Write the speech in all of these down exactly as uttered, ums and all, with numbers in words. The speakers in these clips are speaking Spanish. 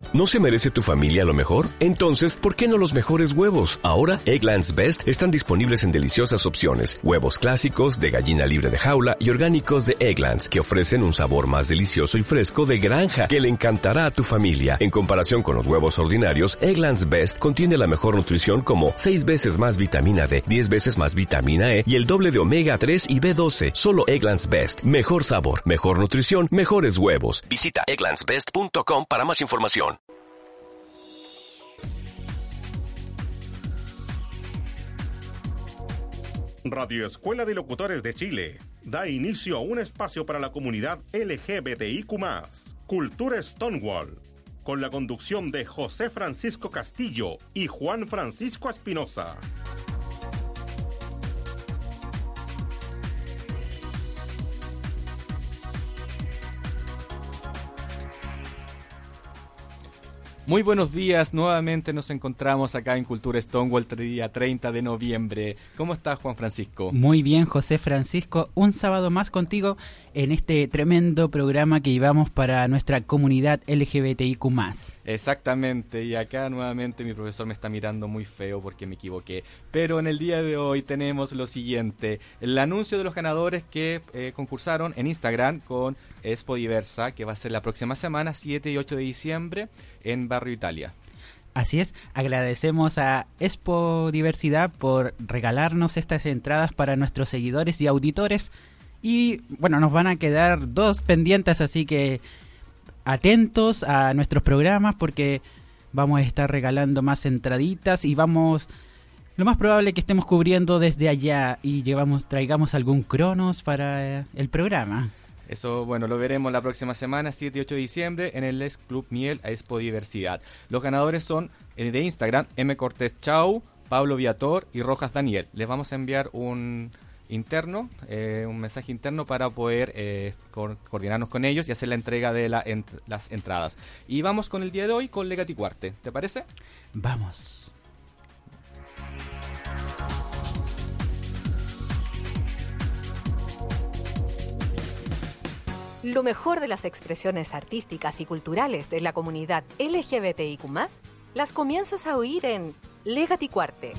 ¿No se merece tu familia lo mejor? Entonces, ¿por qué no los mejores huevos? Ahora, Eggland's Best están disponibles en deliciosas opciones. Huevos clásicos, de gallina libre de jaula y orgánicos de Eggland's, que ofrecen un sabor más delicioso y fresco de granja que le encantará a tu familia. En comparación con los huevos ordinarios, Eggland's Best contiene la mejor nutrición como seis veces más vitamina D, diez veces más vitamina E y el doble de omega tres y B doce. Solo Eggland's Best. Mejor sabor, mejor nutrición, mejores huevos. Visita egglands best punto com para más información. Radio Escuela de Locutores de Chile da inicio a un espacio para la comunidad L G B T I Q más, Cultura Stonewall, con la conducción de José Francisco Castillo y Juan Francisco Espinosa. Muy buenos días, nuevamente nos encontramos acá en Cultura Stonewall el día treinta de noviembre. ¿Cómo estás, Juan Francisco? Muy bien, José Francisco, un sábado más contigo en este tremendo programa que llevamos para nuestra comunidad L G B T I Q más. Exactamente, y acá nuevamente mi profesor me está mirando muy feo porque me equivoqué. Pero en el día de hoy tenemos lo siguiente, el anuncio de los ganadores que eh, concursaron en Instagram con Expo Diversa, que va a ser la próxima semana, siete y ocho de diciembre, en Barrio Italia. Así es, agradecemos a Expo Diversidad por regalarnos estas entradas para nuestros seguidores y auditores. Y bueno, nos van a quedar dos pendientes, así que atentos a nuestros programas porque vamos a estar regalando más entraditas y vamos, lo más probable que estemos cubriendo desde allá y llevamos, traigamos algún cronos para el programa. Eso, bueno, lo veremos la próxima semana, siete y ocho de diciembre, en el Ex Club Miel a Expo Diversidad. Los ganadores son eh, de Instagram, M. Cortés Chau, Pablo Viator y Rojas Daniel. Les vamos a enviar un interno, eh, un mensaje interno para poder eh, co- coordinarnos con ellos y hacer la entrega de la ent- las entradas. Y vamos con el día de hoy con Legati Cuarte, ¿te parece? Vamos. Lo mejor de las expresiones artísticas y culturales de la comunidad L G B T I Q más, las comienzas a oír en Legati Cuarte.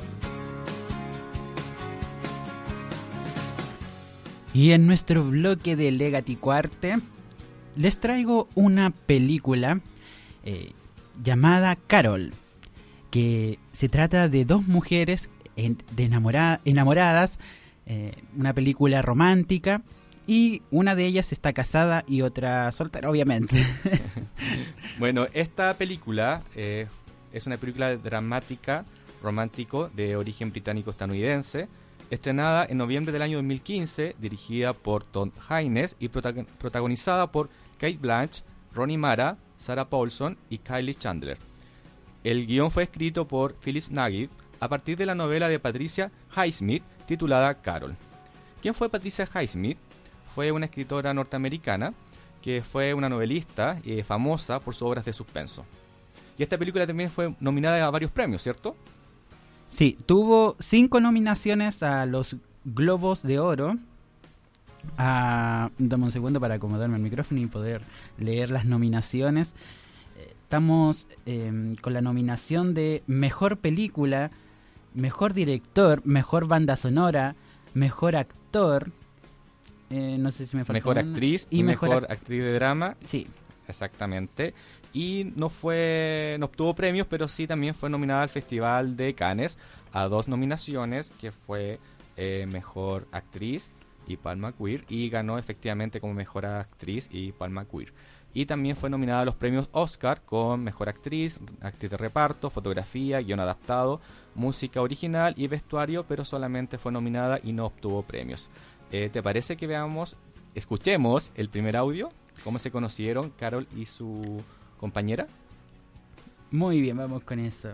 Y en nuestro bloque de Legati Cuarte les traigo una película eh, llamada Carol, que se trata de dos mujeres en, de enamora, enamoradas, eh, una película romántica. Y una de ellas está casada y otra soltera, obviamente. Bueno, esta película eh, es una película dramática, romántico, de origen británico-estadounidense, estrenada en noviembre del año dos mil quince, dirigida por Todd Haynes y prota- protagonizada por Cate Blanchett, Rooney Mara, Sarah Paulson y Kylie Chandler. El guión fue escrito por Philip Nagy a partir de la novela de Patricia Highsmith titulada Carol. ¿Quién fue Patricia Highsmith? Fue una escritora norteamericana que fue una novelista eh, famosa por sus obras de suspenso. Y esta película también fue nominada a varios premios, ¿cierto? Sí, tuvo cinco nominaciones a los Globos de Oro. Ah, dame un segundo para acomodarme el micrófono y poder leer las nominaciones. Eh, Estamos eh, con la nominación de Mejor Película, Mejor Director, Mejor Banda Sonora, Mejor Actor... Eh, no sé si me falta Mejor una. actriz y, y mejor, mejor act- actriz de drama. Sí. Exactamente. Y no fue, no obtuvo premios, pero sí también fue nominada al Festival de Cannes a dos nominaciones, que fue eh, Mejor Actriz y Palma Queer, y ganó efectivamente como Mejor Actriz y Palma Queer. Y también fue nominada a los premios Oscar con Mejor Actriz, Actriz de Reparto, Fotografía, Guión Adaptado, Música Original y Vestuario, pero solamente fue nominada y no obtuvo premios. Eh, ¿Te parece que veamos, escuchemos el primer audio? ¿Cómo se conocieron Carol y su compañera? Muy bien, vamos con eso.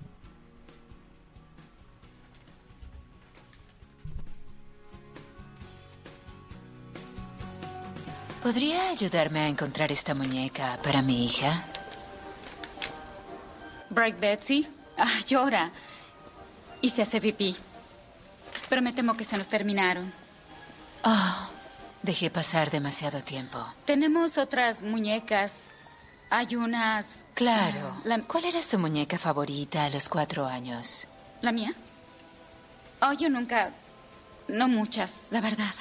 ¿Podría ayudarme a encontrar esta muñeca para mi hija? Bright Betsy, ah, llora y se hace pipí. Pero me temo que se nos terminaron. Oh, dejé pasar demasiado tiempo. Tenemos otras muñecas Hay unas... Claro. La, ¿Cuál era su muñeca favorita a los cuatro años? ¿La mía? Oh, yo nunca... No muchas, la verdad.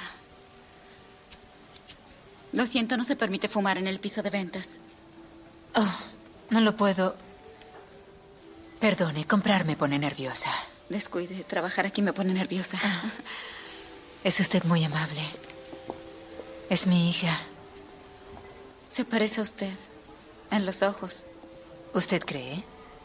Lo siento, no se permite fumar en el piso de ventas. Oh, no lo puedo... Perdone, comprar me pone nerviosa. Descuide, trabajar aquí me pone nerviosa. Ah, es usted muy amable. Es mi hija. Se parece a usted, en los ojos. ¿Usted cree?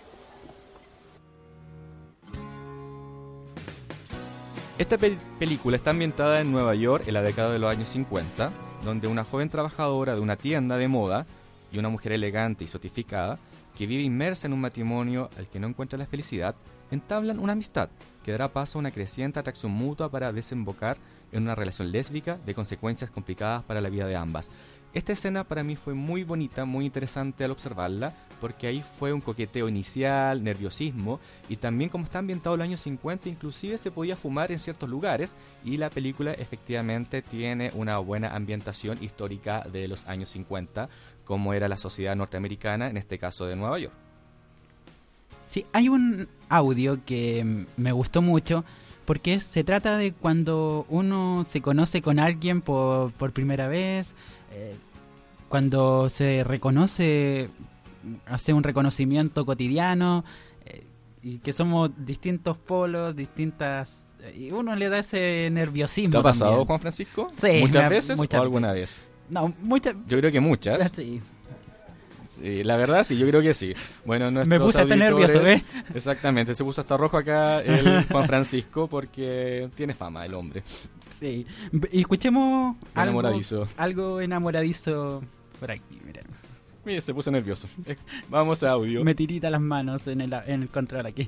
Esta pel- película está ambientada en Nueva York en la década de los años cincuenta, donde una joven trabajadora de una tienda de moda y una mujer elegante y sotificada, que vive inmersa en un matrimonio al que no encuentra la felicidad, entablan una amistad que dará paso a una creciente atracción mutua para desembocar en una relación lésbica de consecuencias complicadas para la vida de ambas. Esta escena para mí fue muy bonita, muy interesante al observarla, porque ahí fue un coqueteo inicial, nerviosismo, y también como está ambientado en los años cincuenta, inclusive se podía fumar en ciertos lugares, y la película efectivamente tiene una buena ambientación histórica de los años cincuenta, como era la sociedad norteamericana, en este caso de Nueva York. Sí, hay un audio que me gustó mucho, porque se trata de cuando uno se conoce con alguien por, por primera vez, eh, cuando se reconoce, hace un reconocimiento cotidiano, eh, y que somos distintos polos, distintas... Y uno le da ese nerviosismo. ¿Te ha pasado, también. Juan Francisco? Sí. ¿Muchas me ha- veces muchas o alguna veces. vez? No, muchas... Yo creo que muchas. Sí. Sí, la verdad sí, yo creo que sí. Bueno, Me nuestros puse hasta auditores- nervioso, ¿ves? Exactamente, se puso hasta rojo acá el Juan Francisco porque tiene fama el hombre. Sí. Y escuchemos algo, Enamoradizo. algo enamoradizo por aquí, miren. Mire, se puso nervioso. Eh, Vamos a audio. Me tirita las manos en el, en el control aquí.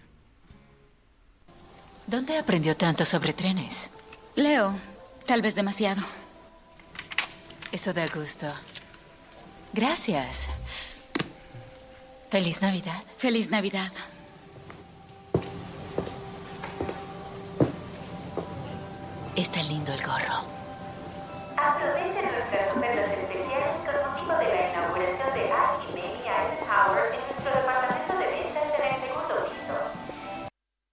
¿Dónde aprendió tanto sobre trenes? Leo, tal vez demasiado. Eso da gusto. Gracias. Feliz Navidad. Feliz Navidad. Está lindo el gorro. Aprovechen nuestras ofertas especiales con motivo de la inauguración de Archimania Tower en nuestro departamento de ventas en el segundo piso.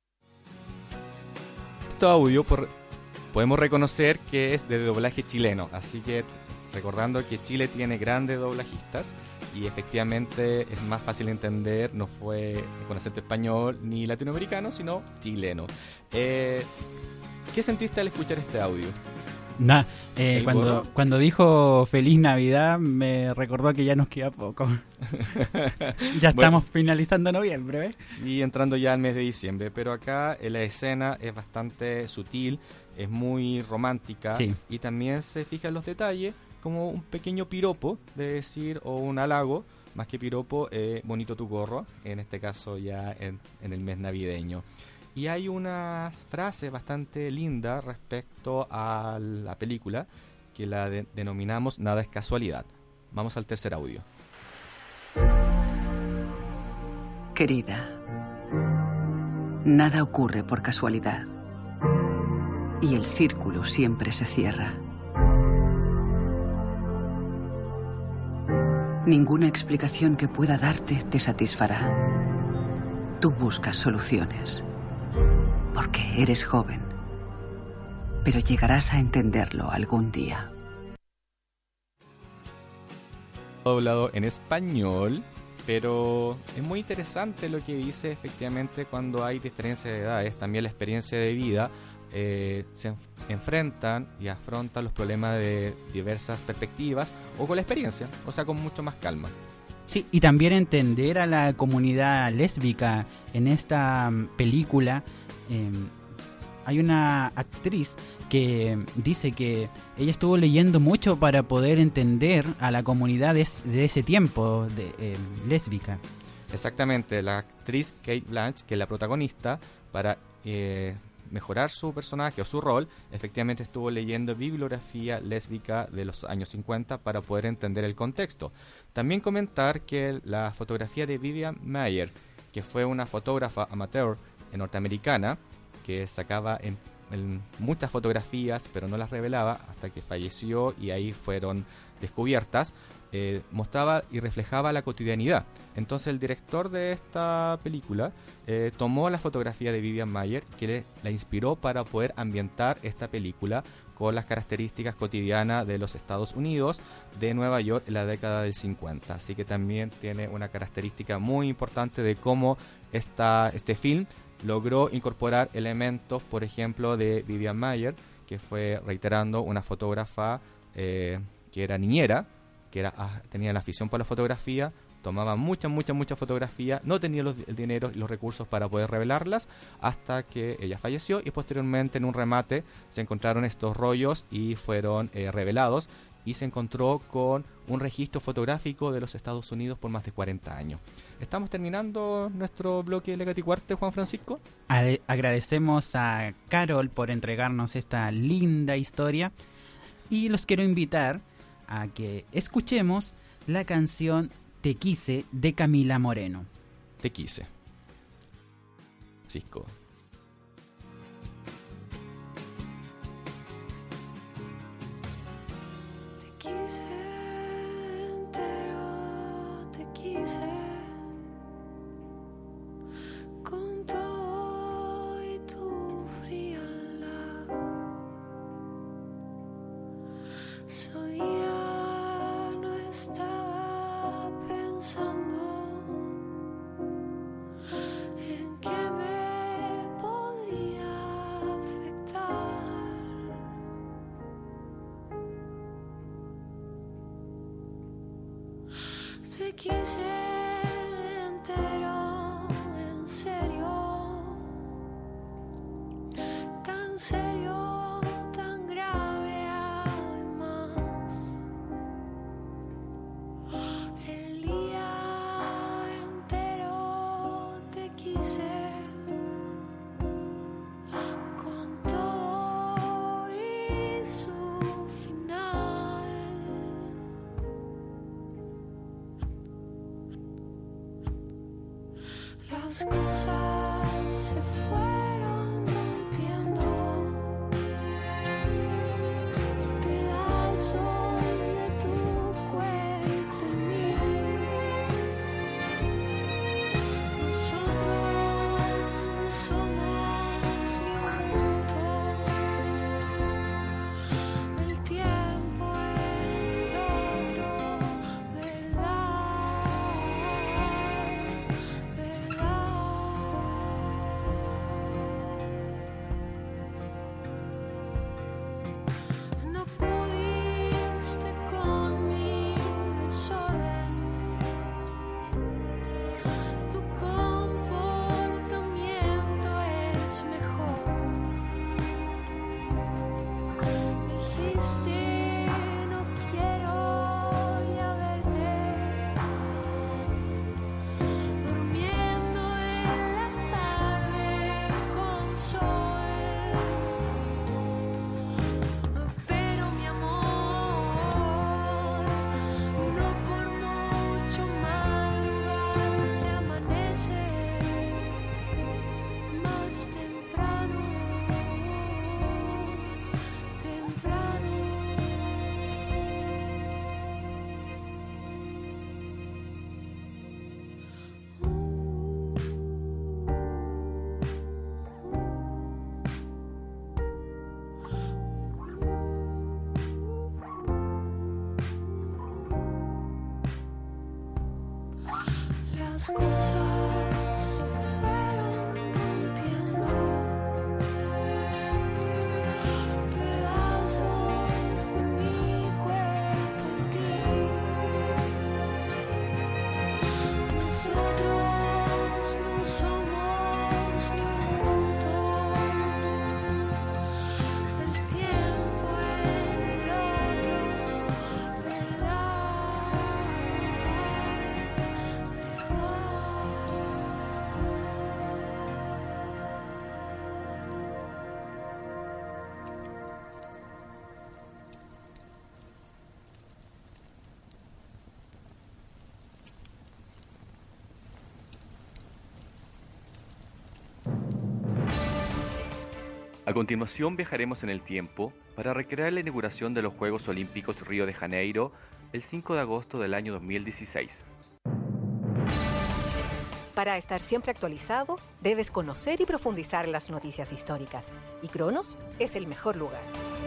Este audio por- podemos reconocer que es de doblaje chileno, así que recordando que Chile tiene grandes doblajistas y efectivamente es más fácil entender, no fue con acento español ni latinoamericano, sino chileno. Eh, ¿Qué sentiste al escuchar este audio? Nah, eh, ¿El cuando, gorro? cuando dijo Feliz Navidad me recordó que ya nos queda poco. Ya estamos finalizando noviembre, ¿ves? Y entrando ya al mes de diciembre, pero acá eh, la escena es bastante sutil, es muy romántica Sí. y también se fija en los detalles como un pequeño piropo, de decir, o un halago, más que piropo, eh, bonito tu gorro, en este caso ya en, en el mes navideño. Y hay unas frases bastante lindas respecto a la película que la de- denominamos Nada es casualidad. Vamos al tercer audio. Querida, nada ocurre por casualidad. Y el círculo siempre se cierra. Ninguna explicación que pueda darte te satisfará. Tú buscas soluciones. Porque eres joven. Pero llegarás a entenderlo algún día. Doblado en español, pero es muy interesante lo que dice efectivamente cuando hay diferencia de edades, también la experiencia de vida, eh, se enf- enfrentan y afrontan los problemas de diversas perspectivas o con la experiencia, o sea, con mucho más calma. Sí, y también entender a la comunidad lésbica en esta mm, película. eh, hay una actriz que dice que ella estuvo leyendo mucho para poder entender a la comunidad de, es- de ese tiempo de, eh, lésbica. Exactamente, la actriz Kate Blanchett, que es la protagonista, para eh, mejorar su personaje o su rol, efectivamente estuvo leyendo bibliografía lésbica de los años cincuenta para poder entender el contexto. También comentar que la fotografía de Vivian Mayer, que fue una fotógrafa amateur norteamericana, que sacaba en, en muchas fotografías, pero no las revelaba hasta que falleció y ahí fueron descubiertas, eh, mostraba y reflejaba la cotidianidad. Entonces el director de esta película eh, tomó la fotografía de Vivian Maier, que le, la inspiró para poder ambientar esta película con las características cotidianas de los Estados Unidos, de Nueva York en la década del cincuenta. Así que también tiene una característica muy importante de cómo esta, este film logró incorporar elementos, por ejemplo, de Vivian Maier, que fue, reiterando, una fotógrafa eh, que era niñera, que era, ah, tenía la afición por la fotografía, tomaba muchas, muchas, muchas fotografías, no tenía los, el dinero y los recursos para poder revelarlas, hasta que ella falleció y posteriormente en un remate se encontraron estos rollos y fueron eh, revelados, y se encontró con un registro fotográfico de los Estados Unidos por más de cuarenta años. Estamos terminando nuestro bloque Legati Cuarte, Juan Francisco. Ade- agradecemos a Carol por entregarnos esta linda historia y los quiero invitar a que escuchemos la canción Te Quise de Camila Moreno. Te quise. Cisco. Te quise entero, te quise con todo y tu frialdad. Sabía, no estaba pensando en que me podría afectar. Te quise entero, en serio, tan serio, tan grave además. El día entero te quise con todo y su final. Las cosas se fueron rompiendo, pedazos de tu cuerpo en mí. Nosotros no somos ni un punto del tiempo en el otro, ¿verdad? ¿Verdad? No pudiste con mi desorden, tu comportamiento es mejor. Dijiste no quiero ya verte durmiendo en la tarde con sol. Pero mi amor, no por mucho madrugar se amanece más temprano, temprano. Las cosas se fueron rompiendo, pedazos de mi cuerpo en ti. Nosotros no somos ni un punto del tiempo en el otro, ¿verdad? A continuación viajaremos en el tiempo para recrear la inauguración de los Juegos Olímpicos Río de Janeiro el cinco de agosto del año dos mil dieciséis. Para estar siempre actualizado, debes conocer y profundizar las noticias históricas. Y Cronos es el mejor lugar.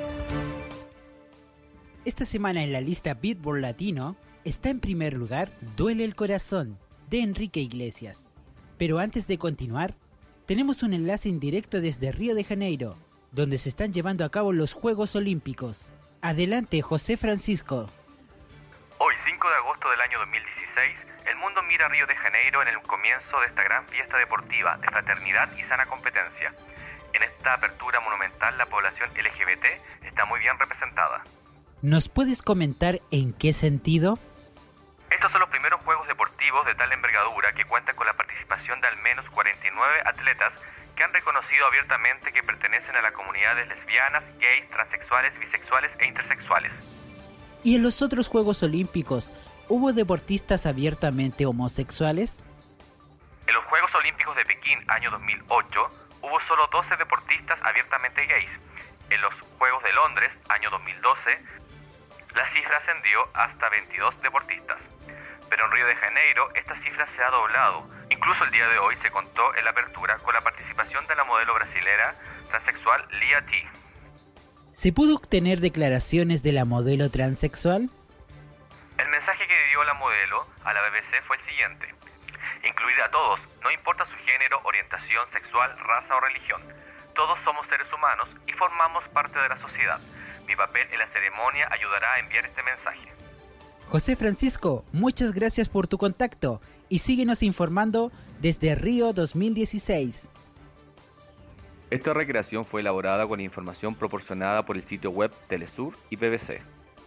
Esta semana en la lista Beatport Latino está en primer lugar Duele el Corazón, de Enrique Iglesias. Pero antes de continuar, tenemos un enlace en directo desde Río de Janeiro, donde se están llevando a cabo los Juegos Olímpicos. Adelante, José Francisco. Hoy, cinco de agosto del año dos mil dieciséis, el mundo mira a Río de Janeiro en el comienzo de esta gran fiesta deportiva de fraternidad y sana competencia. En esta apertura monumental, la población L G B T está muy bien representada. ¿Nos puedes comentar en qué sentido? Estos son los primeros Juegos Deportivos de tal envergadura que cuentan con la participación de al menos cuarenta y nueve atletas que han reconocido abiertamente que pertenecen a la comunidad de lesbianas, gays, transexuales, bisexuales e intersexuales. ¿Y en los otros Juegos Olímpicos hubo deportistas abiertamente homosexuales? En los Juegos Olímpicos de Pekín, año dos mil ocho, hubo solo doce deportistas abiertamente gays. En los Juegos de Londres, año dos mil doce, la cifra ascendió hasta veintidós deportistas. Pero en Río de Janeiro esta cifra se ha doblado. Incluso el día de hoy se contó en la apertura con la participación de la modelo brasilera transexual Lia T. ¿Se pudo obtener declaraciones de la modelo transexual? El mensaje que dio la modelo a la B B C fue el siguiente: incluir a todos, no importa su género, orientación sexual, raza o religión. Todos somos seres humanos y formamos parte de la sociedad. Mi papel en la ceremonia ayudará a enviar este mensaje. José Francisco, muchas gracias por tu contacto y síguenos informando desde Río dos mil dieciséis. Esta recreación fue elaborada con información proporcionada por el sitio web Telesur y B B C.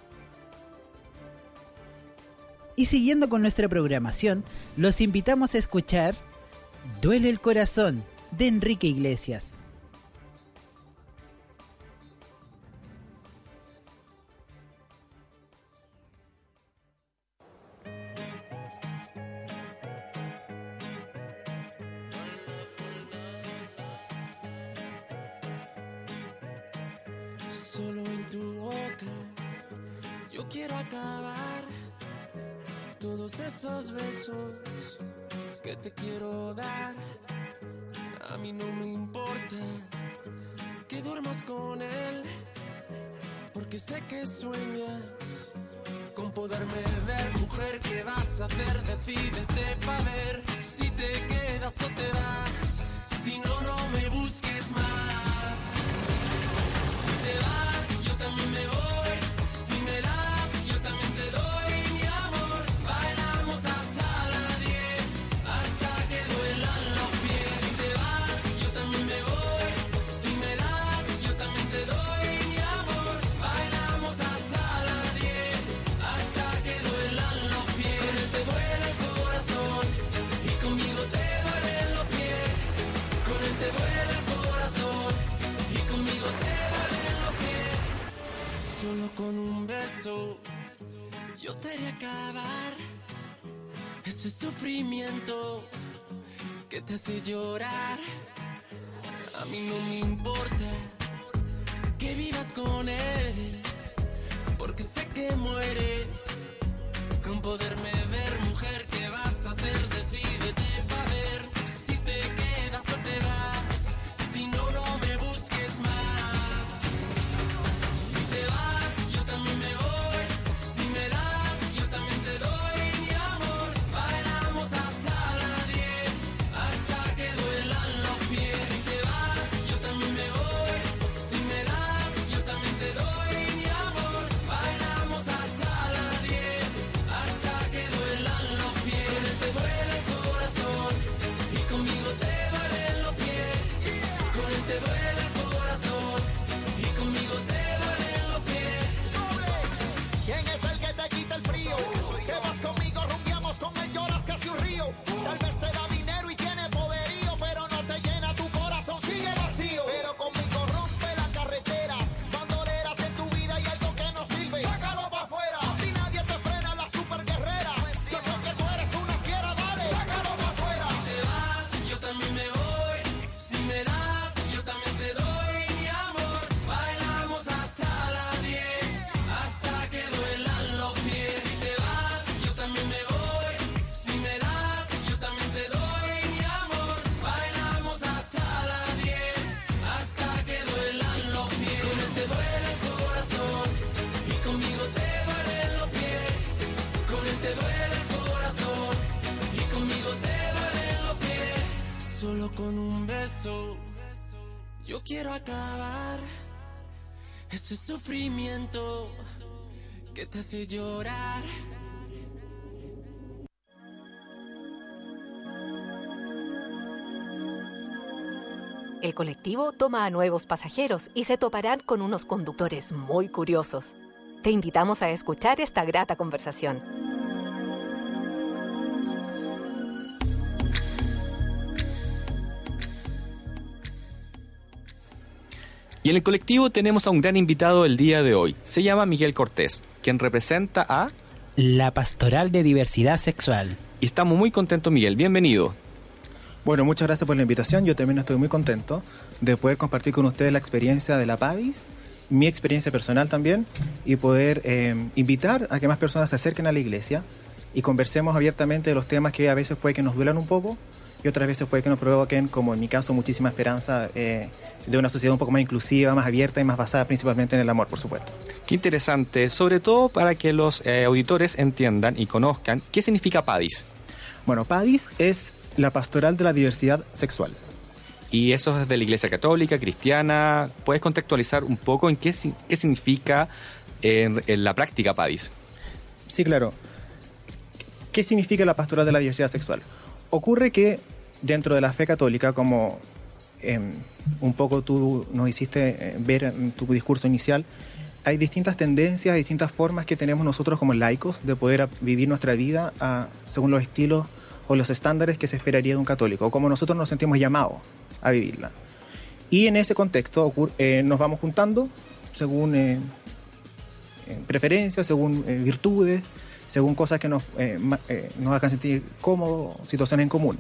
Y siguiendo con nuestra programación, los invitamos a escuchar Duele el Corazón, de Enrique Iglesias. Solo en tu boca yo quiero acabar todos esos besos que te quiero dar. A mí no me importa que duermas con él, porque sé que sueñas con poderme ver. Mujer, ¿qué vas a hacer? Decídete pa' ver si te quedas o te vas. Si no, no me busques más. Si te vas, yo también me voy. Si me das, yo también te doy mi amor. Bailamos hasta las diez, hasta que duelan los pies. Si te vas, yo también me voy. Si me das, yo también te doy mi amor. Bailamos hasta las diez, hasta que duelan los pies. Con él te duele el corazón y conmigo te duelen los pies. Con él te duele el corazón y conmigo te duelen los pies. Solo con un beso yo te haré acabar ese sufrimiento que te hace llorar. A mí no me importa que vivas con él, porque sé que mueres con poderme ver. Mujer, ¿qué vas a hacer? Decídete pa' ver si te quedas o te vas. Si no, no me busques más. Si te vas, yo también me voy. Si me das, yo también te doy mi amor. Bailamos hasta las diez, hasta que duelan los pies. Si te vas, yo también me voy. Si me das, yo también te doy mi amor. Bailamos hasta las diez, hasta que duelan los pies. Con él te duele el solo con un beso. Yo quiero acabar ese sufrimiento que te hace llorar. El colectivo toma a nuevos pasajeros y se toparán con unos conductores muy curiosos. Te invitamos a escuchar esta grata conversación. Y en el colectivo tenemos a un gran invitado el día de hoy. Se llama Miguel Cortés, quien representa a la Pastoral de Diversidad Sexual. Y estamos muy contentos, Miguel. Bienvenido. Bueno, muchas gracias por la invitación. Yo también estoy muy contento de poder compartir con ustedes la experiencia de la PADIS, mi experiencia personal también, y poder eh, invitar a que más personas se acerquen a la iglesia y conversemos abiertamente de los temas que a veces puede que nos duelan un poco y otras veces puede que nos provoquen, como en mi caso, muchísima esperanza eh, de una sociedad un poco más inclusiva, más abierta y más basada principalmente en el amor, por supuesto. Qué interesante, sobre todo para que los eh, auditores entiendan y conozcan qué significa PADIS. Bueno, PADIS es la Pastoral de la Diversidad Sexual. Y eso es de la Iglesia Católica, Cristiana. ¿Puedes contextualizar un poco en qué, qué significa en, en la práctica PADIS? Sí, claro. ¿Qué significa la Pastoral de la Diversidad Sexual? Ocurre que dentro de la fe católica, como eh, un poco tú nos hiciste ver en tu discurso inicial, hay distintas tendencias, distintas formas que tenemos nosotros como laicos de poder vivir nuestra vida a, según los estilos o los estándares que se esperaría de un católico, o como nosotros nos sentimos llamados a vivirla. Y en ese contexto ocurre, eh, nos vamos juntando según eh, preferencias, según eh, virtudes, según cosas que nos, eh, eh, nos hagan sentir cómodos, situaciones en común.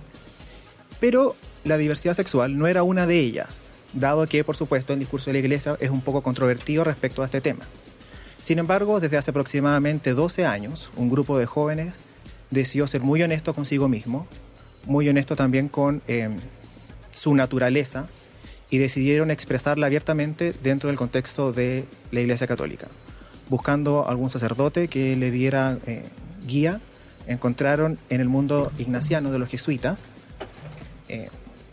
Pero la diversidad sexual no era una de ellas, dado que, por supuesto, el discurso de la Iglesia es un poco controvertido respecto a este tema. Sin embargo, desde hace aproximadamente doce años, un grupo de jóvenes decidió ser muy honesto consigo mismo, muy honesto también con eh, su naturaleza, y decidieron expresarla abiertamente dentro del contexto de la Iglesia Católica. Buscando algún sacerdote que le diera eh, guía, encontraron en el mundo ignaciano de los jesuitas eh,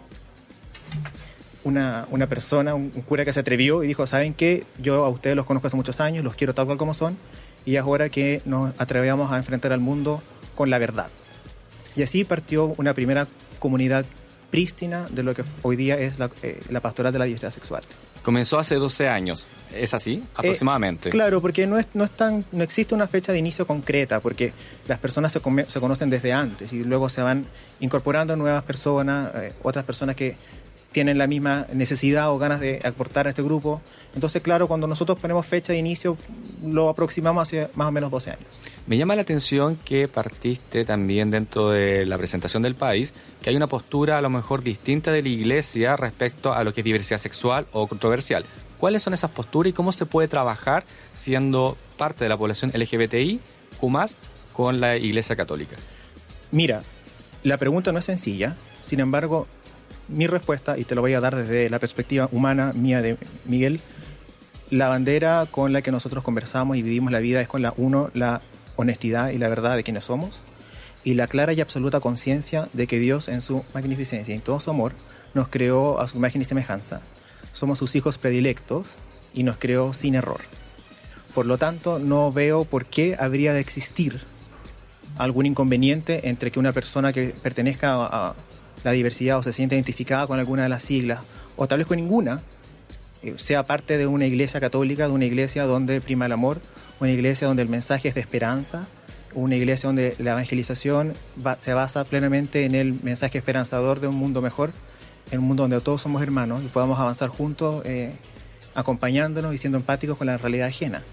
una, una persona, un, un cura que se atrevió y dijo: ¿saben qué? Yo a ustedes los conozco hace muchos años, los quiero tal cual como son, y es hora que nos atrevamos a enfrentar al mundo con la verdad. Y así partió una primera comunidad prístina de lo que hoy día es la, eh, la Pastoral de la Diversidad Sexual. Comenzó hace doce años, ¿es así? Aproximadamente. Eh, claro, porque no, es, no, es tan, no existe una fecha de inicio concreta, porque las personas se, come, se conocen desde antes y luego se van incorporando nuevas personas, eh, otras personas que tienen la misma necesidad o ganas de aportar a este grupo. Entonces, claro, cuando nosotros ponemos fecha de inicio, lo aproximamos hace más o menos doce años. Me llama la atención que partiste también dentro de la presentación del país, que hay una postura a lo mejor distinta de la Iglesia respecto a lo que es diversidad sexual o controversial. ¿Cuáles son esas posturas y cómo se puede trabajar siendo parte de la población L G B T I Q más, con la Iglesia Católica? Mira, la pregunta no es sencilla, sin embargo, mi respuesta, y te lo voy a dar desde la perspectiva humana mía de Miguel, la bandera con la que nosotros conversamos y vivimos la vida es con la, uno, la honestidad y la verdad de quienes somos, y la clara y absoluta conciencia de que Dios, en su magnificencia y en todo su amor, nos creó a su imagen y semejanza. Somos sus hijos predilectos y nos creó sin error. Por lo tanto, no veo por qué habría de existir algún inconveniente entre que una persona que pertenezca a, a la diversidad o se siente identificada con alguna de las siglas, o tal vez con ninguna, eh, sea parte de una iglesia católica, de una iglesia donde prima el amor, una iglesia donde el mensaje es de esperanza, una iglesia donde la evangelización va, se basa plenamente en el mensaje esperanzador de un mundo mejor, en un mundo donde todos somos hermanos y podamos avanzar juntos, eh, acompañándonos y siendo empáticos con la realidad ajena.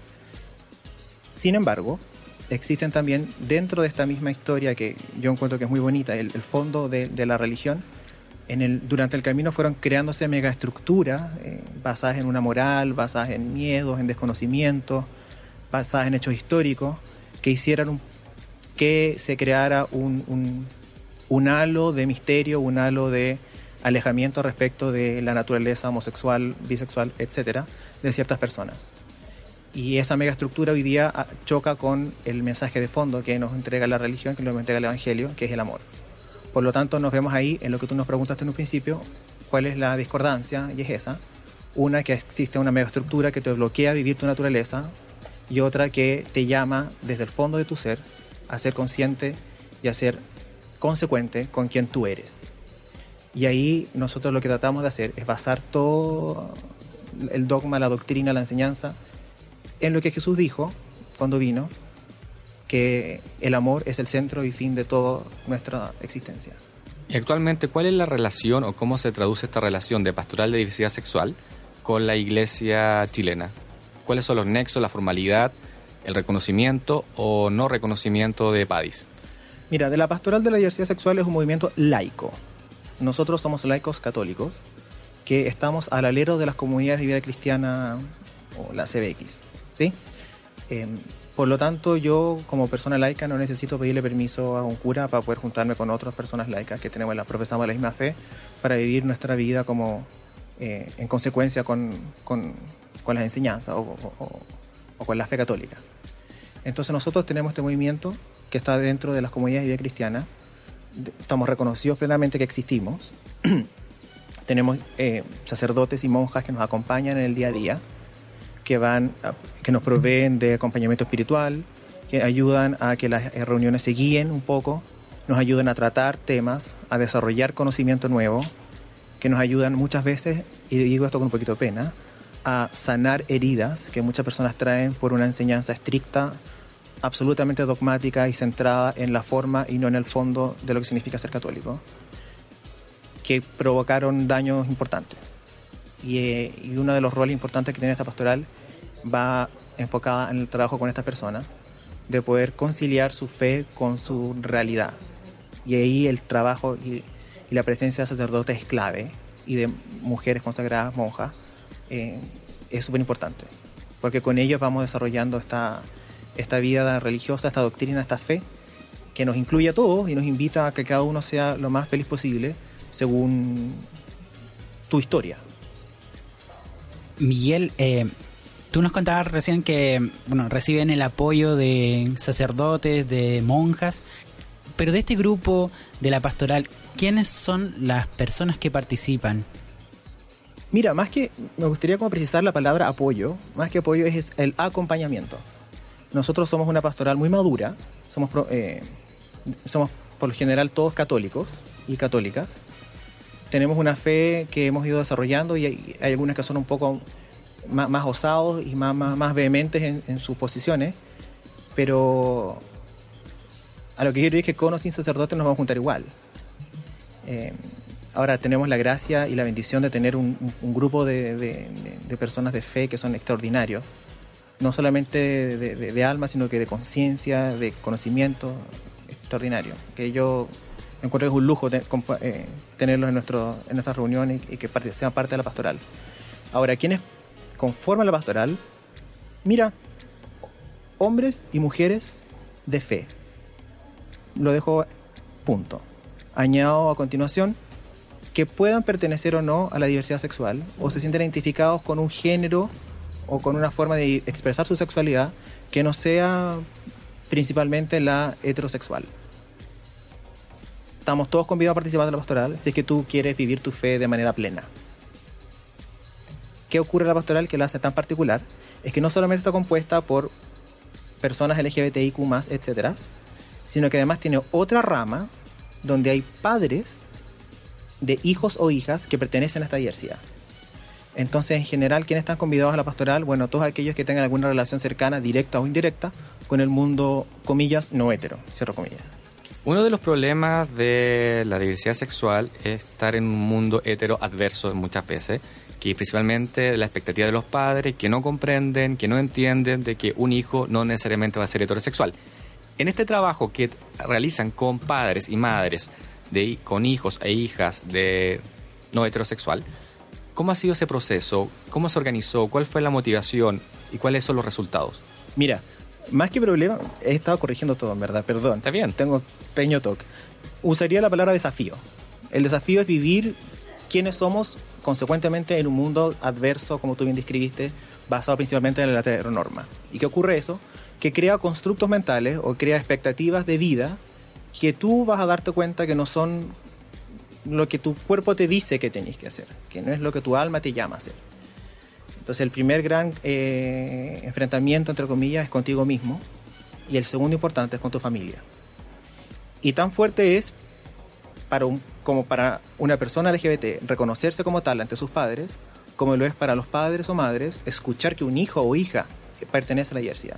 Sin embargo, existen también dentro de esta misma historia, que yo encuentro que es muy bonita, el, el fondo de, de la religión. En el, durante el camino fueron creándose megaestructuras eh, basadas en una moral, basadas en miedos, en desconocimiento, basadas en hechos históricos, que hicieran un, que se creara un, un, un halo de misterio, un halo de alejamiento respecto de la naturaleza homosexual, bisexual, etcétera, de ciertas personas. Y esa megaestructura hoy día choca con el mensaje de fondo que nos entrega la religión, que nos entrega el Evangelio, que es el amor. Por lo tanto, nos vemos ahí en lo que tú nos preguntaste en un principio, cuál es la discordancia, y es esa. Una, que existe una megaestructura que te bloquea vivir tu naturaleza, y otra que te llama desde el fondo de tu ser a ser consciente y a ser consecuente con quien tú eres. Y ahí nosotros lo que tratamos de hacer es basar todo el dogma, la doctrina, la enseñanza en lo que Jesús dijo cuando vino, que el amor es el centro y fin de toda nuestra existencia. Y actualmente, ¿cuál es la relación o cómo se traduce esta relación de pastoral de diversidad sexual con la iglesia chilena? ¿Cuáles son los nexos, la formalidad, el reconocimiento o no reconocimiento de P A D I S? Mira, de la pastoral de la diversidad sexual es un movimiento laico. Nosotros somos laicos católicos que estamos al alero de las comunidades de vida cristiana o la C B X, ¿sí? Eh, por lo tanto, yo como persona laica no necesito pedirle permiso a un cura para poder juntarme con otras personas laicas que tenemos la, profesamos la misma fe para vivir nuestra vida como eh, en consecuencia con, con, con las enseñanzas o, o, o con la fe católica. Entonces nosotros tenemos este movimiento que está dentro de las comunidades de vida cristiana. Estamos reconocidos plenamente que existimos. Tenemos eh, sacerdotes y monjas que nos acompañan en el día a día, que van a, que nos proveen de acompañamiento espiritual, que ayudan a que las reuniones se guíen un poco, nos ayudan a tratar temas, a desarrollar conocimiento nuevo, que nos ayudan muchas veces, y digo esto con un poquito de pena, a sanar heridas que muchas personas traen por una enseñanza estricta, absolutamente dogmática y centrada en la forma y no en el fondo de lo que significa ser católico, que provocaron daños importantes. Y, eh, y uno de los roles importantes que tiene esta pastoral va enfocada en el trabajo con esta persona, de poder conciliar su fe con su realidad. Y ahí el trabajo y, y la presencia de sacerdotes es clave, y de mujeres consagradas, monjas, eh, es súper importante, porque con ellos vamos desarrollando esta, esta vida religiosa, esta doctrina, esta fe, que nos incluye a todos y nos invita a que cada uno sea lo más feliz posible según tu historia. Miguel, eh, tú nos contabas recién que bueno, reciben el apoyo de sacerdotes, de monjas, pero de este grupo de la pastoral, ¿quiénes son las personas que participan? Mira, más que, me gustaría como precisar la palabra apoyo, más que apoyo es el acompañamiento. Nosotros somos una pastoral muy madura, somos, eh, somos por lo general todos católicos y católicas. Tenemos una fe que hemos ido desarrollando y hay, hay algunas que son un poco más, más osados y más, más, más vehementes en, en sus posiciones, pero a lo que quiero decir es que con o sin sacerdotes nos vamos a juntar igual. Eh, ahora tenemos la gracia y la bendición de tener un, un grupo de, de, de personas de fe que son extraordinarios, no solamente de, de, de alma, sino que de conciencia, de conocimiento extraordinario, que yo encuentro que es un lujo de, eh, tenerlos en, nuestro, en nuestras reuniones y que parte, sean parte de la pastoral. Ahora, ¿quiénes conforman la pastoral? Mira, hombres y mujeres de fe. Lo dejo punto. Añado a continuación que puedan pertenecer o no a la diversidad sexual o se sienten identificados con un género o con una forma de expresar su sexualidad que no sea principalmente la heterosexual. Estamos todos convidados a participar de la pastoral si es que tú quieres vivir tu fe de manera plena. ¿Qué ocurre en la pastoral que la hace tan particular? Es que no solamente está compuesta por personas L G B T I Q más, etcétera, sino que además tiene otra rama donde hay padres de hijos o hijas que pertenecen a esta diversidad. Entonces, en general, ¿quiénes están convidados a la pastoral? Bueno, todos aquellos que tengan alguna relación cercana, directa o indirecta, con el mundo, comillas, no hetero, cierro comillas. Uno de los problemas de la diversidad sexual es estar en un mundo hetero adverso muchas veces, que principalmente la expectativa de los padres que no comprenden, que no entienden de que un hijo no necesariamente va a ser heterosexual. En este trabajo que realizan con padres y madres, de, con hijos e hijas de no heterosexual, ¿cómo ha sido ese proceso? ¿Cómo se organizó? ¿Cuál fue la motivación? ¿Y cuáles son los resultados? Mira, más que problema, he estado corrigiendo todo, en verdad, perdón. Está bien. Tengo pequeño toque. Usaría la palabra desafío. El desafío es vivir quiénes somos consecuentemente en un mundo adverso, como tú bien describiste, basado principalmente en la heteronorma. ¿Y qué ocurre eso? Que crea constructos mentales o crea expectativas de vida que tú vas a darte cuenta que no son lo que tu cuerpo te dice que tenés que hacer, que no es lo que tu alma te llama a hacer. Entonces el primer gran eh, enfrentamiento, entre comillas, es contigo mismo, y el segundo importante es con tu familia. Y tan fuerte es para un, como para una persona L G B T reconocerse como tal ante sus padres, como lo es para los padres o madres escuchar que un hijo o hija pertenece a la diversidad.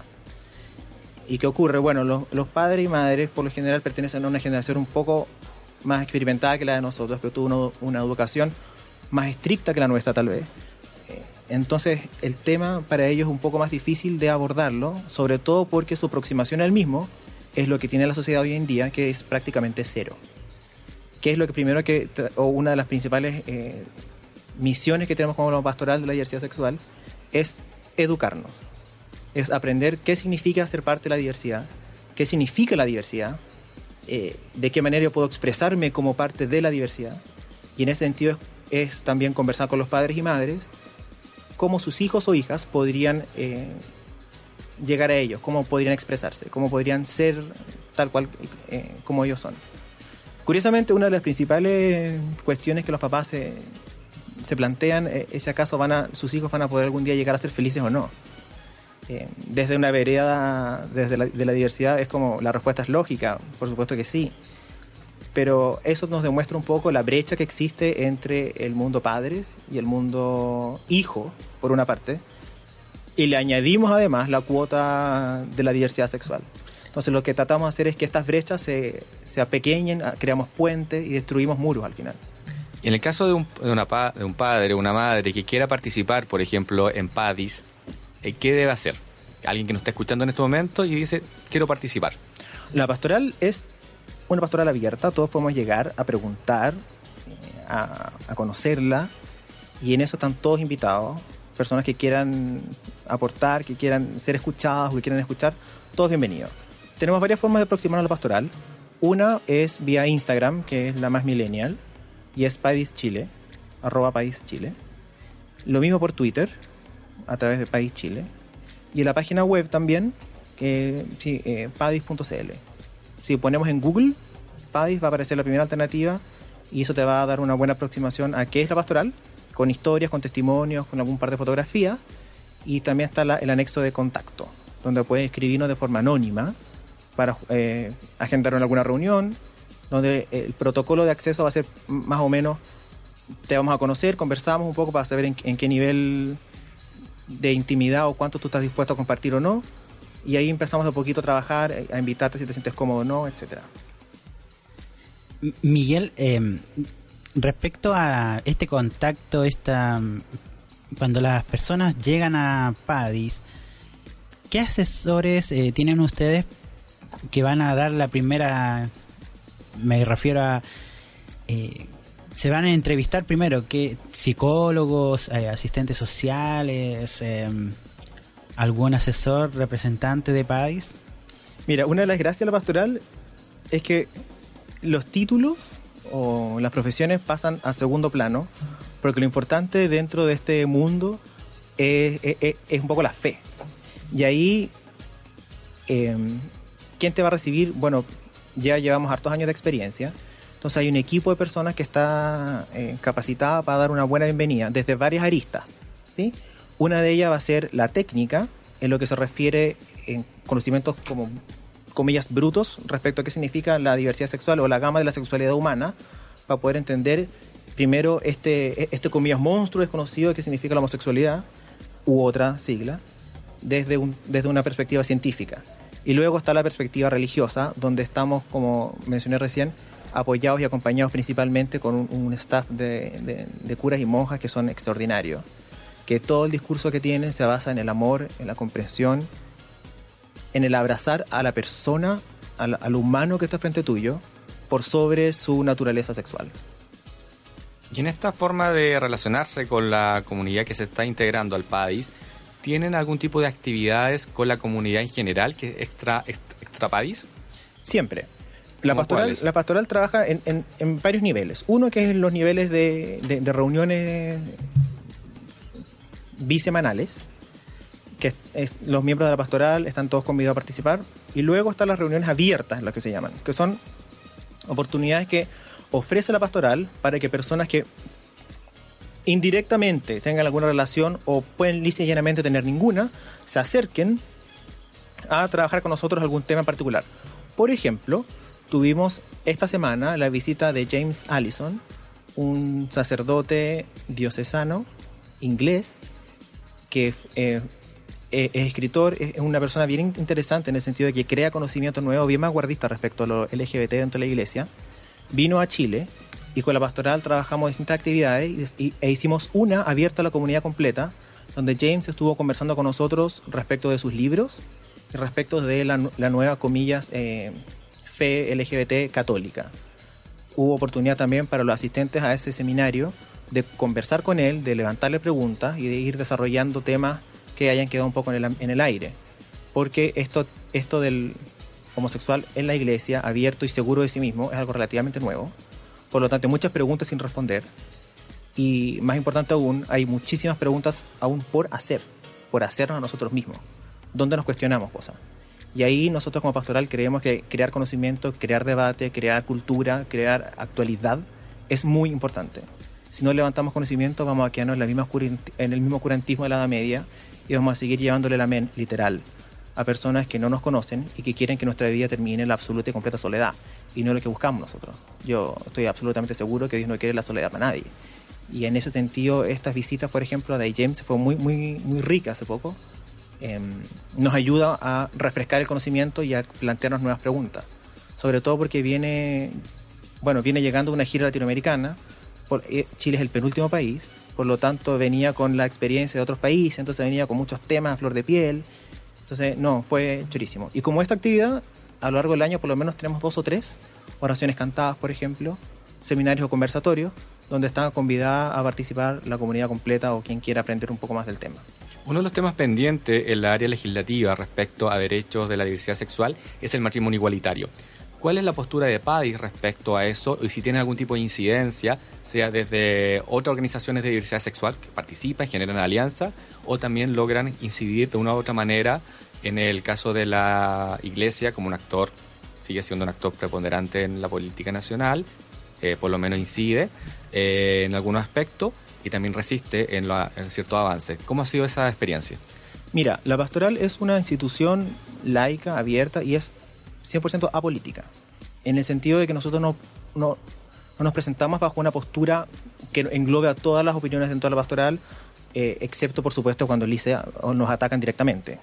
¿Y qué ocurre? Bueno, los, los padres y madres por lo general pertenecen a una generación un poco más experimentada que la de nosotros, que tuvo una, una educación más estricta que la nuestra tal vez. Entonces el tema para ellos es un poco más difícil de abordarlo, sobre todo porque su aproximación al mismo es lo que tiene la sociedad hoy en día, que es prácticamente cero. Que es lo que primero que, o una de las principales eh, misiones que tenemos como pastoral de la diversidad sexual, es educarnos. Es aprender qué significa ser parte de la diversidad, qué significa la diversidad, eh, de qué manera yo puedo expresarme como parte de la diversidad. Y en ese sentido es, es también conversar con los padres y madres cómo sus hijos o hijas podrían eh, llegar a ellos, cómo podrían expresarse, cómo podrían ser tal cual eh, como ellos son. Curiosamente, una de las principales cuestiones que los papás se, se plantean eh, es si acaso van a, sus hijos van a poder algún día llegar a ser felices o no. Eh, desde una vereda desde la, de la diversidad es como la respuesta es lógica, por supuesto que sí. Pero eso nos demuestra un poco la brecha que existe entre el mundo padres y el mundo hijo, por una parte, y le añadimos además la cuota de la diversidad sexual. Entonces lo que tratamos de hacer es que estas brechas se, se apequeñen, creamos puentes y destruimos muros al final. Y en el caso de un, de una, de un padre o una madre que quiera participar, por ejemplo, en PADIS, ¿qué debe hacer? Alguien que nos está escuchando en este momento y dice, quiero participar. La pastoral es una pastoral abierta, todos podemos llegar a preguntar, a, a conocerla, y en eso están todos invitados, personas que quieran aportar, que quieran ser escuchadas o que quieran escuchar, todos bienvenidos. Tenemos varias formas de aproximarnos a la pastoral. Una es vía Instagram, que es la más millennial, y es Padis Chile, arroba Padis Chile. Lo mismo por Twitter, a través de Padis Chile. Y en la página web también, que sí, eh, padis punto c l. Si ponemos en Google, Padis va a aparecer la primera alternativa y eso te va a dar una buena aproximación a qué es la pastoral, con historias, con testimonios, con algún par de fotografías, y también está la, el anexo de contacto, donde puedes escribirnos de forma anónima para eh, agendar alguna reunión, donde el protocolo de acceso va a ser más o menos, te vamos a conocer, conversamos un poco para saber en, en qué nivel de intimidad o cuánto tú estás dispuesto a compartir o no, y ahí empezamos de poquito a trabajar, a invitarte si te sientes cómodo o no, etcétera. Miguel, eh, respecto a este contacto, esta cuando las personas llegan a Padis, ¿qué asesores eh, tienen ustedes que van a dar la primera? Me refiero a eh, se van a entrevistar primero, ¿qué psicólogos, eh, asistentes sociales, eh, algún asesor, representante de Padis? Mira, una de las gracias de la pastoral es que los títulos o las profesiones pasan a segundo plano, porque lo importante dentro de este mundo es, es, es un poco la fe. Y ahí, eh, ¿quién te va a recibir? Bueno, ya llevamos hartos años de experiencia, entonces hay un equipo de personas que está eh, capacitada para dar una buena bienvenida desde varias aristas, ¿sí? Una de ellas va a ser la técnica, en lo que se refiere en conocimientos como comillas brutos respecto a qué significa la diversidad sexual o la gama de la sexualidad humana, para poder entender primero este, este comillas monstruo desconocido que significa la homosexualidad u otra sigla desde, un, desde una perspectiva científica. Y luego está la perspectiva religiosa, donde estamos, como mencioné recién, apoyados y acompañados principalmente con un, un staff de, de, de curas y monjas que son extraordinarios, que todo el discurso que tienen se basa en el amor, en la comprensión, en el abrazar a la persona, al, al humano que está frente tuyo, por sobre su naturaleza sexual. Y en esta forma de relacionarse con la comunidad que se está integrando al país, ¿tienen algún tipo de actividades con la comunidad en general que es extra, extra, extra país? Siempre. La pastoral, la pastoral trabaja en, en, en varios niveles. Uno que es los niveles de, de, de reuniones bisemanales, que es, es, los miembros de la pastoral están todos convidados a participar, y luego están las reuniones abiertas, las que se llaman, que son oportunidades que ofrece la pastoral para que personas que indirectamente tengan alguna relación o pueden lisa y llanamente tener ninguna, se acerquen a trabajar con nosotros algún tema en particular. Por ejemplo, tuvimos esta semana la visita de James Allison, un sacerdote diocesano inglés que eh, es escritor, es una persona bien interesante en el sentido de que crea conocimiento nuevo, bien vanguardista respecto a lo L G B T dentro de la iglesia. Vino a Chile y con la pastoral trabajamos distintas actividades y, e hicimos una abierta a la comunidad completa, donde James estuvo conversando con nosotros respecto de sus libros y respecto de la, la nueva, comillas, eh, fe L G B T católica. Hubo oportunidad también para los asistentes a ese seminario de conversar con él, de levantarle preguntas y de ir desarrollando temas que hayan quedado un poco en el, en el aire. Porque esto, esto del homosexual en la iglesia, abierto y seguro de sí mismo, es algo relativamente nuevo. Por lo tanto, hay muchas preguntas sin responder. Y más importante aún, hay muchísimas preguntas aún por hacer, por hacernos a nosotros mismos. ¿Dónde nos cuestionamos cosas? Y ahí nosotros como pastoral creemos que crear conocimiento, crear debate, crear cultura, crear actualidad es muy importante. Si no levantamos conocimiento, vamos a quedarnos en, la misma en el mismo oscurantismo de la Edad Media y vamos a seguir llevándole la men literal a personas que no nos conocen y que quieren que nuestra vida termine en la absoluta y completa soledad, y no es lo que buscamos nosotros. Yo estoy absolutamente seguro que Dios no quiere la soledad para nadie. Y en ese sentido, estas visitas, por ejemplo, de James fue muy, muy, muy rica hace poco. Eh, nos ayuda a refrescar el conocimiento y a plantearnos nuevas preguntas. Sobre todo porque viene, bueno, viene llegando una gira latinoamericana. Por, eh, Chile es el penúltimo país, por lo tanto venía con la experiencia de otros países, entonces venía con muchos temas a flor de piel. Entonces, no, fue chorísimo. Y como esta actividad, a lo largo del año por lo menos tenemos dos o tres oraciones cantadas, por ejemplo, seminarios o conversatorios, donde está convidada a participar la comunidad completa o quien quiera aprender un poco más del tema. Uno de los temas pendientes en la área legislativa respecto a derechos de la diversidad sexual es el matrimonio igualitario. ¿Cuál es la postura de PADIS respecto a eso? Y si tiene algún tipo de incidencia, sea desde otras organizaciones de diversidad sexual que participan, generan alianza, o también logran incidir de una u otra manera en el caso de la Iglesia como un actor, sigue siendo un actor preponderante en la política nacional, eh, por lo menos incide eh, en algún aspecto y también resiste en, la, en ciertos avances. ¿Cómo ha sido esa experiencia? Mira, la pastoral es una institución laica, abierta y es cien por ciento apolítica, en el sentido de que nosotros no, no, no nos presentamos bajo una postura que englobe a todas las opiniones dentro de la pastoral, eh, excepto por supuesto cuando el I C E nos atacan directamente.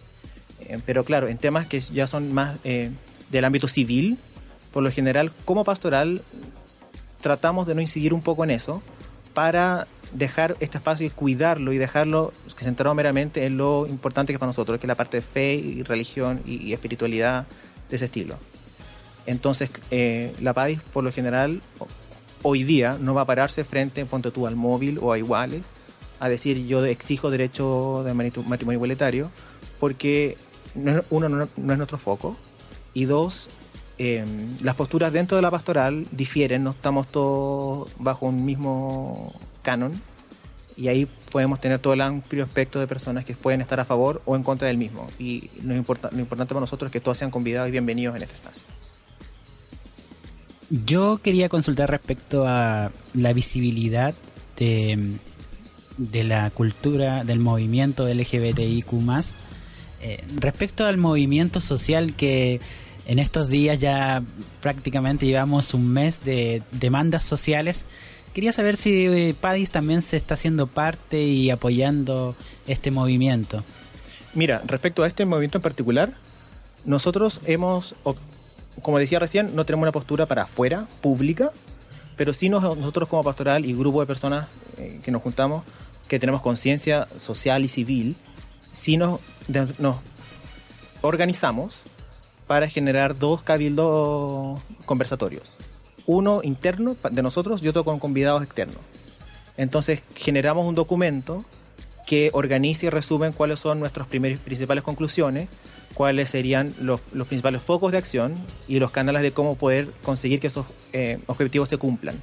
Eh, pero claro, en temas que ya son más eh, del ámbito civil, por lo general como pastoral tratamos de no incidir un poco en eso para dejar este espacio y cuidarlo y dejarlo centrado meramente en lo importante que es para nosotros, que es la parte de fe y religión y, y espiritualidad de ese estilo. Entonces, eh, la PADIS, por lo general, hoy día no va a pararse frente, ponte tú, al móvil o a iguales, a decir yo exijo derecho de matrimonio igualitario, porque no, uno, no, no es nuestro foco, y dos, eh, las posturas dentro de la pastoral difieren, no estamos todos bajo un mismo canon, y ahí podemos tener todo el amplio espectro de personas que pueden estar a favor o en contra del mismo. Y lo, importa, lo importante para nosotros es que todos sean convidados y bienvenidos en este espacio. Yo quería consultar respecto a la visibilidad de, de la cultura, del movimiento L G B T I Q más, eh, respecto al movimiento social que en estos días ya prácticamente llevamos un mes de demandas sociales. Quería saber si eh, PADIS también se está haciendo parte y apoyando este movimiento. Mira, respecto a este movimiento en particular, nosotros hemos, como decía recién, no tenemos una postura para afuera, pública, pero sí nos, nosotros como pastoral y grupo de personas eh, que nos juntamos, que tenemos conciencia social y civil, sí nos, de, nos organizamos para generar dos cabildos conversatorios. Uno interno de nosotros y otro con convidados externos. Entonces generamos un documento que organiza y resume cuáles son nuestras principales conclusiones, cuáles serían los, los principales focos de acción y los canales de cómo poder conseguir que esos eh, objetivos se cumplan.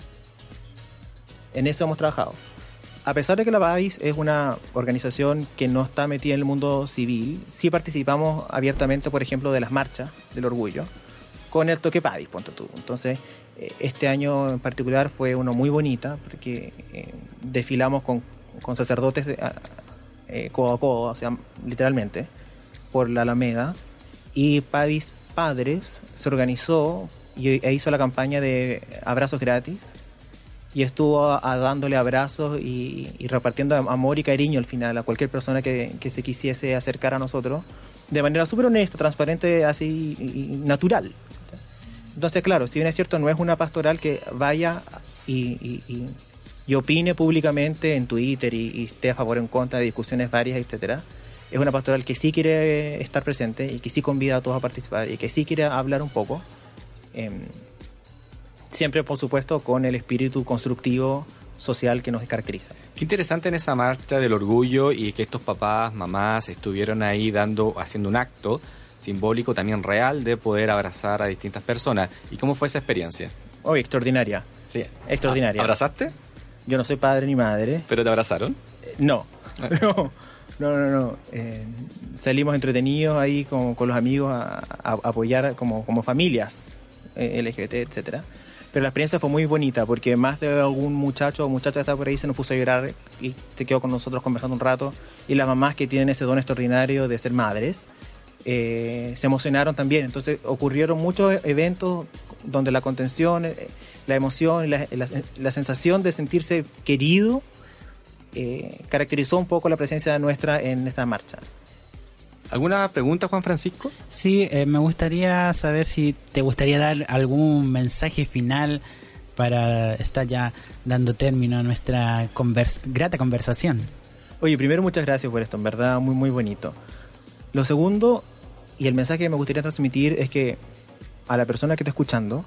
En eso hemos trabajado. A pesar de que la PADIS es una organización que no está metida en el mundo civil, sí participamos abiertamente, por ejemplo, de las marchas del orgullo, con el toque Padis, ponte tú. Entonces, eh, este año en particular fue uno muy bonita, porque eh, desfilamos con, con sacerdotes de, eh, codo a codo, o sea, literalmente, por la Alameda, y Padis Padres se organizó y, e hizo la campaña de abrazos gratis, y estuvo a, a dándole abrazos y, y repartiendo amor y cariño al final a cualquier persona que, que se quisiese acercar a nosotros de manera súper honesta, transparente, así y, y natural. Entonces, claro, si bien es cierto, no es una pastoral que vaya y, y, y, y opine públicamente en Twitter y, y esté a favor o en contra de discusiones varias, etcétera. Es una pastoral que sí quiere estar presente y que sí convida a todos a participar y que sí quiere hablar un poco. Eh, siempre, por supuesto, con el espíritu constructivo social que nos caracteriza. Qué interesante en esa marcha del orgullo y que estos papás, mamás estuvieron ahí dando, haciendo un acto simbólico también real de poder abrazar a distintas personas. ¿Y cómo fue esa experiencia? Oh, extraordinaria. Sí. Extraordinaria. ¿Abrazaste? Yo no soy padre ni madre. ¿Pero te abrazaron? Eh, no. no. No, no, no. Eh, salimos entretenidos ahí con, con los amigos a, a, a apoyar como, como familias eh, L G B T, etcétera. Pero la experiencia fue muy bonita porque más de algún muchacho o muchacha que estaba por ahí se nos puso a llorar y se quedó con nosotros conversando un rato. Y las mamás que tienen ese don extraordinario de ser madres eh, se emocionaron también. Entonces ocurrieron muchos eventos donde la contención, eh, la emoción y la, la, la sensación de sentirse querido eh, caracterizó un poco la presencia nuestra en esta marcha. ¿Alguna pregunta, Juan Francisco? Sí, eh, me gustaría saber si te gustaría dar algún mensaje final para estar ya dando término a nuestra convers- grata conversación. Oye, primero muchas gracias por esto, en verdad muy muy bonito. Lo segundo, y el mensaje que me gustaría transmitir es que a la persona que está escuchando,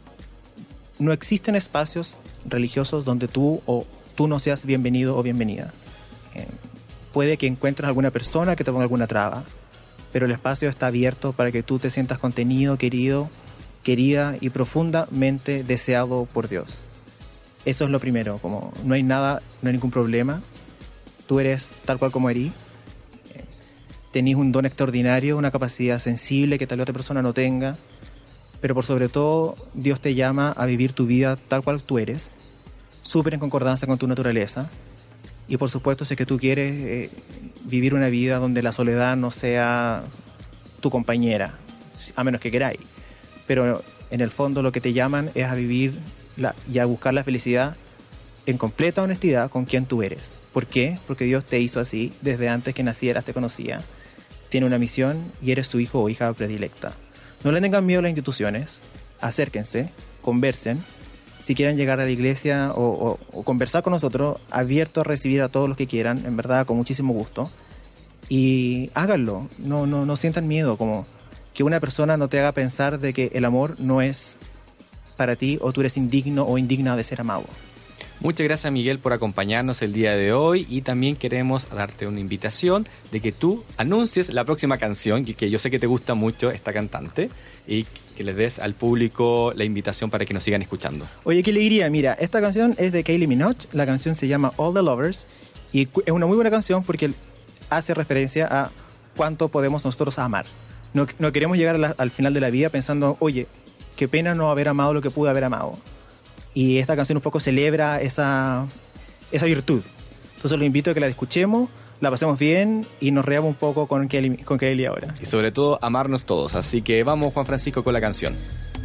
no existen espacios religiosos donde tú o tú no seas bienvenido o bienvenida. Eh, Puede que encuentres alguna persona que te ponga alguna traba, pero el espacio está abierto para que tú te sientas contenido, querido, querida y profundamente deseado por Dios. Eso es lo primero, como no hay nada, no hay ningún problema. Tú eres tal cual como eres. Tenés un don extraordinario, una capacidad sensible que tal otra persona no tenga, pero por sobre todo Dios te llama a vivir tu vida tal cual tú eres, súper en concordancia con tu naturaleza. Y por supuesto, si es que tú quieres eh, vivir una vida donde la soledad no sea tu compañera, a menos que queráis. Pero en el fondo lo que te llaman es a vivir la, y a buscar la felicidad en completa honestidad con quien tú eres. ¿Por qué? Porque Dios te hizo así, desde antes que nacieras te conocía. Tiene una misión y eres su hijo o hija predilecta. No le tengan miedo a las instituciones, acérquense, conversen. Si quieren llegar a la iglesia o, o, o conversar con nosotros, abierto a recibir a todos los que quieran, en verdad, con muchísimo gusto. Y háganlo, no, no, no sientan miedo, como que una persona no te haga pensar de que el amor no es para ti o tú eres indigno o indigna de ser amado. Muchas gracias, Miguel, por acompañarnos el día de hoy, y también queremos darte una invitación de que tú anuncies la próxima canción, que yo sé que te gusta mucho esta cantante, y que les des al público la invitación para que nos sigan escuchando. Oye, ¿qué le diría? Mira, esta canción es de Kylie Minogue, la canción se llama All the Lovers, y es una muy buena canción porque hace referencia a cuánto podemos nosotros amar. No, no queremos llegar a la, al final de la vida pensando, oye, qué pena no haber amado lo que pude haber amado. Y esta canción un poco celebra esa, esa virtud. Entonces los invito a que la escuchemos, la pasemos bien y nos reamos un poco con Kelly, con Kelly ahora. Y sobre todo, amarnos todos. Así que vamos, Juan Francisco, con la canción.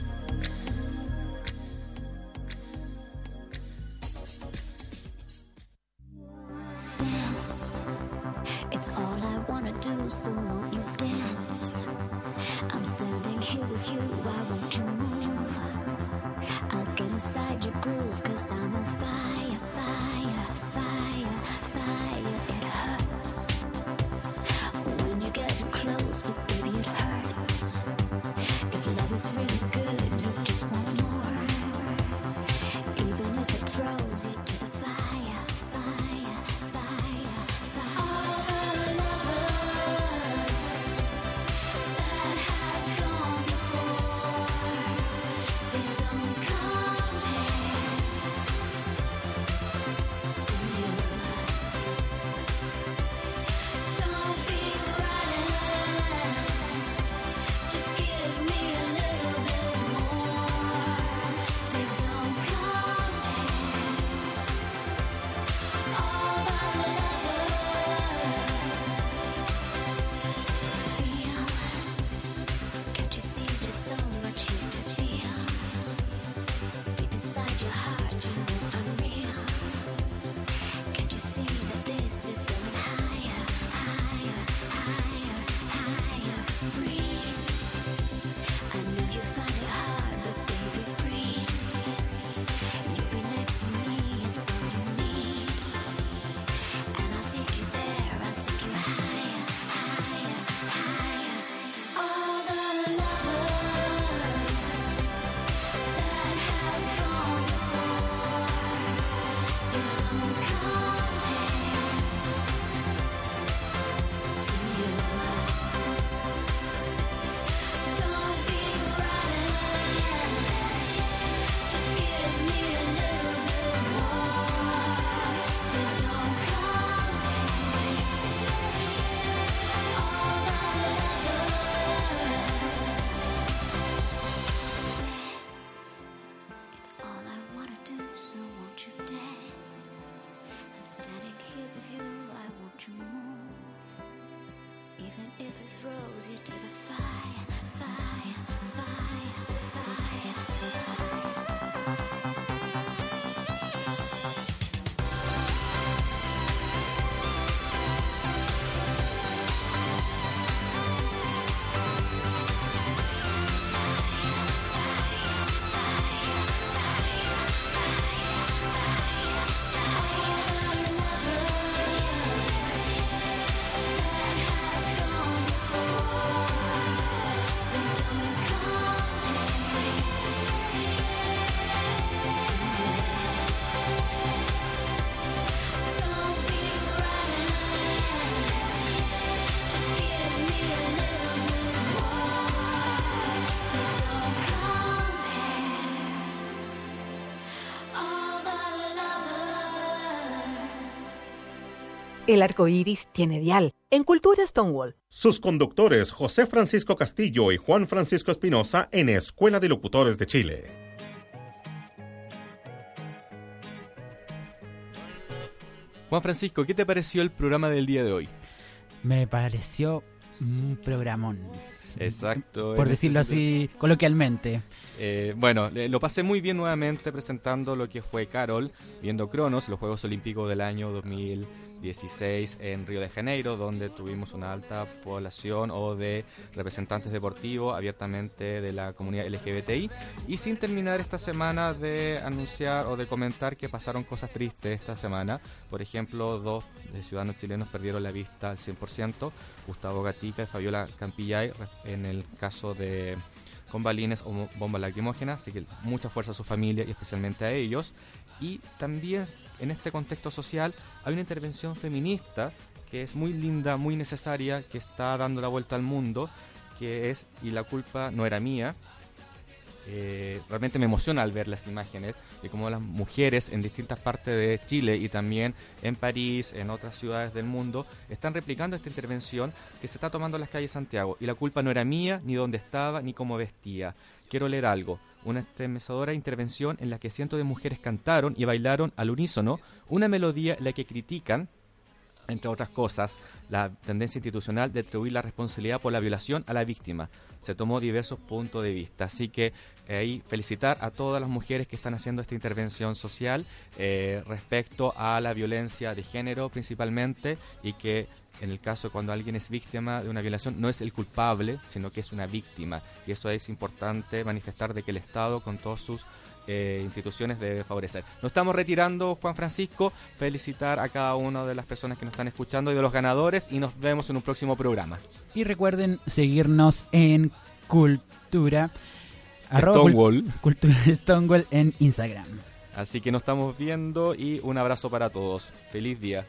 It's all I wanna do, so won't you dance? I'm standing here with you, why won't you move? I'll get inside your groove, cause I'm on fire, fire, fire, fire. It hurts when you get too close, but baby it hurts. If love is really good, you just want more. Even if it throws you to the fire, fire, fire, fire. All the lovers that have gone before, they don't compare you dance. I'm standing here with you, I want you move. Even if it throws you to the fire, fire, fire, fire, fire. El arco iris tiene dial en Cultura Stonewall. Sus conductores José Francisco Castillo y Juan Francisco Espinosa en Escuela de Locutores de Chile. Juan Francisco, ¿qué te pareció el programa del día de hoy? Me pareció un programón. Exacto. Por decirlo así coloquialmente. Eh, bueno, lo pasé muy bien nuevamente presentando lo que fue Carol, viendo Cronos, los Juegos Olímpicos del año dos mil dieciséis en Río de Janeiro, donde tuvimos una alta población o de representantes deportivos abiertamente de la comunidad L G B T I, y sin terminar esta semana de anunciar o de comentar que pasaron cosas tristes esta semana. Por ejemplo, dos ciudadanos chilenos perdieron la vista al cien por ciento, Gustavo Gatica y Fabiola Campillay, en el caso de con balines o bombas lacrimógenas, así que mucha fuerza a su familia y especialmente a ellos. Y también en este contexto social hay una intervención feminista que es muy linda, muy necesaria, que está dando la vuelta al mundo, que es Y la culpa no era mía. Eh, realmente me emociona al ver las imágenes de cómo las mujeres en distintas partes de Chile y también en París, en otras ciudades del mundo, están replicando esta intervención que se está tomando en las calles de Santiago. Y la culpa no era mía, ni dónde estaba, ni cómo vestía. Quiero leer algo. Una estremecedora intervención en la que cientos de mujeres cantaron y bailaron al unísono una melodía en la que critican, entre otras cosas, la tendencia institucional de atribuir la responsabilidad por la violación a la víctima. Se tomó diversos puntos de vista, así que eh, ahí felicitar a todas las mujeres que están haciendo esta intervención social eh, respecto a la violencia de género principalmente, y que en el caso cuando alguien es víctima de una violación no es el culpable, sino que es una víctima, y eso es importante manifestar de que el Estado con todos sus Eh, instituciones debe favorecer. Nos estamos retirando, Juan Francisco. Felicitar a cada una de las personas que nos están escuchando y de los ganadores, y nos vemos en un próximo programa. Y recuerden seguirnos en Cultura Stonewall. Cult, Cultura Stonewall en Instagram. Así que nos estamos viendo y un abrazo para todos. Feliz día.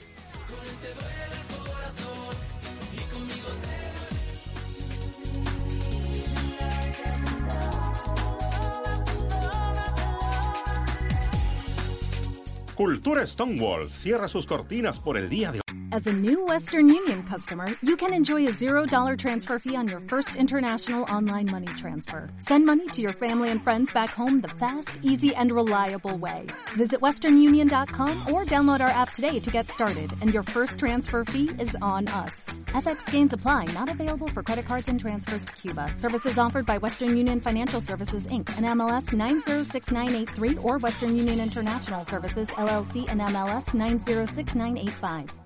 Cultura Stonewall cierra sus cortinas por el día de hoy. As a new Western Union customer, you can enjoy a zero dollar transfer fee on your first international online money transfer. Send money to your family and friends back home the fast, easy, and reliable way. Visit western union dot com or download our app today to get started, and your first transfer fee is on us. F X gains apply, not available for credit cards and transfers to Cuba. Services offered by Western Union Financial Services, Incorporated, and M L S nine zero six nine eight three or Western Union International Services, L L C, and M L S nine zero six nine eight five.